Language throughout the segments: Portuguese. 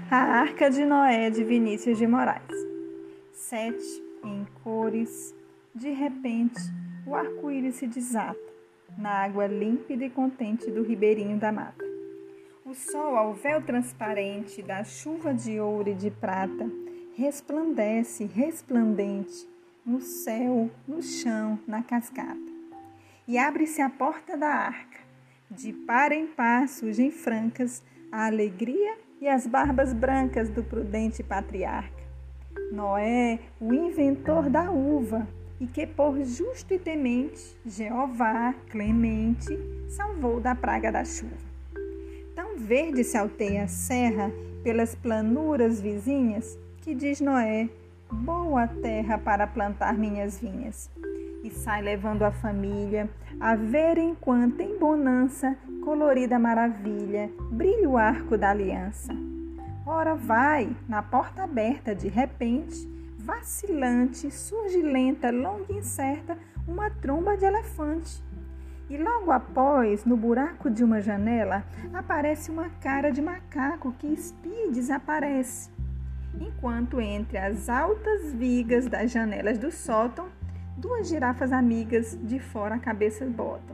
A Arca de Noé, de Vinícius de Moraes. 7 em cores. De repente, o arco-íris se desata na água límpida e contente do ribeirinho da mata. O sol, ao véu transparente da chuva de ouro e de prata, resplandece resplandente no céu, no chão, na cascata. E abre-se a porta da arca. De par em par surgem francas a alegria e as barbas brancas do prudente patriarca. Noé, o inventor da uva, e que por justo e temente, Jeová, clemente, salvou da praga da chuva. Tão verde se alteia a serra pelas planuras vizinhas, que diz Noé, boa terra para plantar minhas vinhas. E sai levando a família a ver enquanto em bonança, colorida maravilha, brilha o arco da aliança. Ora vai, na porta aberta, de repente, vacilante, surge lenta, longa e incerta, uma tromba de elefante. E logo após, no buraco de uma janela, aparece uma cara de macaco que espia e desaparece. Enquanto entre as altas vigas das janelas do sótão, duas girafas amigas de fora a cabeça botam.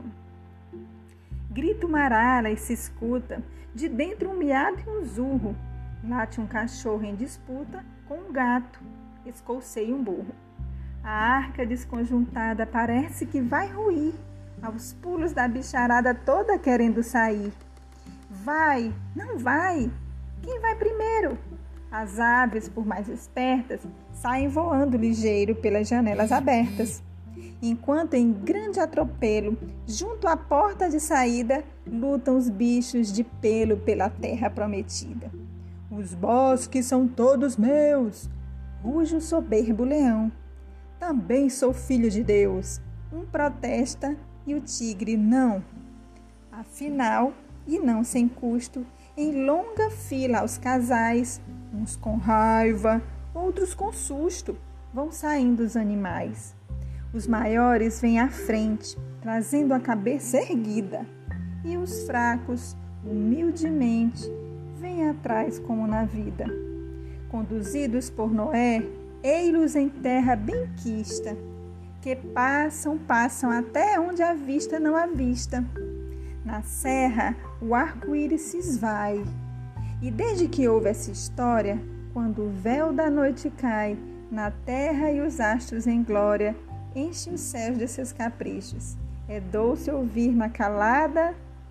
Grita uma arara e se escuta, de dentro um miado e um zurro. Late um cachorro em disputa com um gato, escolceia um burro. A arca desconjuntada parece que vai ruir, aos pulos da bicharada toda querendo sair. Vai, não vai, quem vai primeiro? As aves, por mais espertas, saem voando ligeiro pelas janelas abertas, enquanto em grande atropelo, junto à porta de saída, lutam os bichos de pelo pela terra prometida. Os bosques são todos meus, ruge o soberbo leão. Também sou filho de Deus. Um protesta e o tigre não. Afinal, e não sem custo, em longa fila aos casais, uns com raiva, outros com susto, vão saindo os animais. Os maiores vêm à frente, trazendo a cabeça erguida, e os fracos, humildemente, vêm atrás como na vida. Conduzidos por Noé, ei-los em terra bem quista, que passam até onde a vista não avista. Na serra, o arco-íris se esvai. E desde que houve essa história, quando o véu da noite cai, na terra e os astros em glória, enchem os céus de seus caprichos. É doce ouvir na calada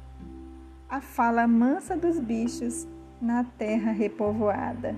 a fala mansa dos bichos na terra repovoada.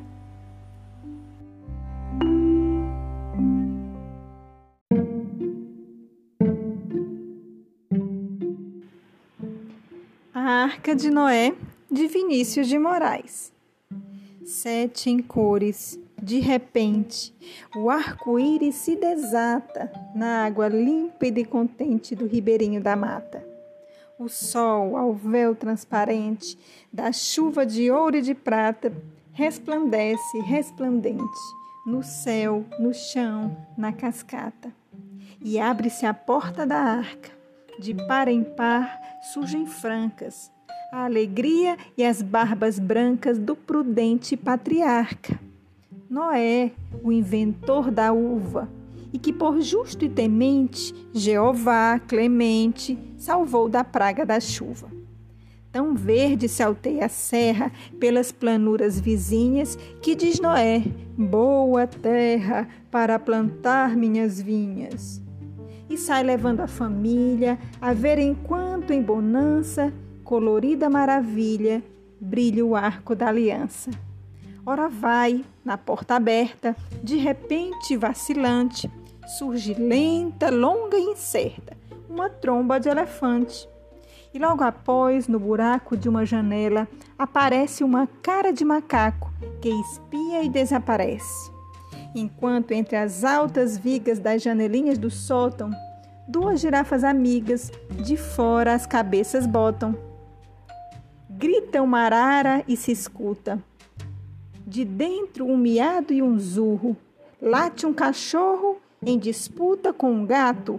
A Arca de Noé, de Vinícius de Moraes. 7 em cores. De repente, o arco-íris se desata na água límpida e contente do ribeirinho da mata. O sol, ao véu transparente da chuva de ouro e de prata, resplandece resplandente no céu, no chão, na cascata. E abre-se a porta da arca. De par em par surgem francas a alegria e as barbas brancas do prudente patriarca. Noé, o inventor da uva, e que por justo e temente, Jeová, clemente, salvou da praga da chuva. Tão verde se alteia a serra pelas planuras vizinhas, que diz Noé, boa terra para plantar minhas vinhas. E sai levando a família a ver enquanto em bonança, colorida maravilha, brilha o arco da aliança. Ora vai, na porta aberta, de repente vacilante, surge lenta, longa e incerta, uma tromba de elefante. E logo após, no buraco de uma janela, aparece uma cara de macaco que espia e desaparece. Enquanto entre as altas vigas das janelinhas do sótão, duas girafas amigas de fora as cabeças botam. Grita uma arara e se escuta. De dentro um miado e um zurro. Late um cachorro em disputa com um gato.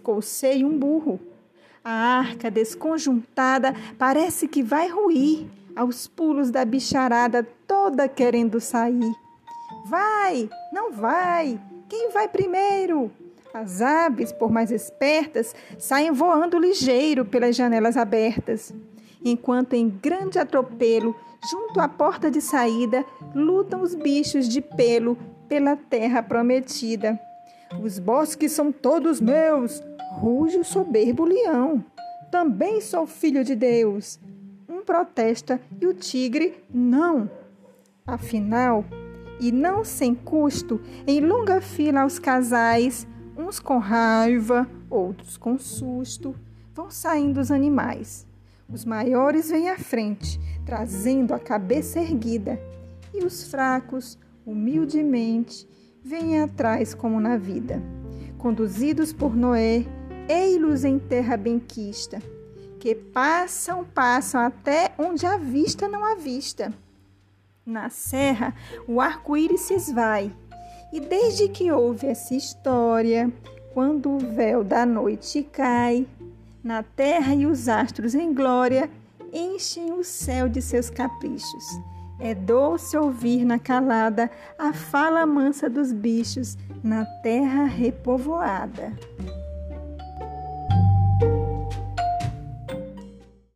Escolceia um burro. A arca desconjuntada parece que vai ruir aos pulos da bicharada toda querendo sair. Vai, não vai, quem vai primeiro? As aves, por mais espertas, saem voando ligeiro pelas janelas abertas, enquanto em grande atropelo, junto à porta de saída, lutam os bichos de pelo pela terra prometida. Os bosques são todos meus, ruge o soberbo leão. Também sou filho de Deus. Um protesta e o tigre não. Afinal, e não sem custo, em longa fila aos casais, uns com raiva, outros com susto, vão saindo os animais. Os maiores vêm à frente, trazendo a cabeça erguida, e os fracos, humildemente, vêm atrás como na vida. Conduzidos por Noé, ei-los em terra benquista, que passam até onde a vista não há vista. Na serra, o arco-íris se esvai, e desde que houve essa história, quando o véu da noite cai, na terra e os astros em glória enchem o céu de seus caprichos. É doce ouvir na calada a fala mansa dos bichos na terra repovoada.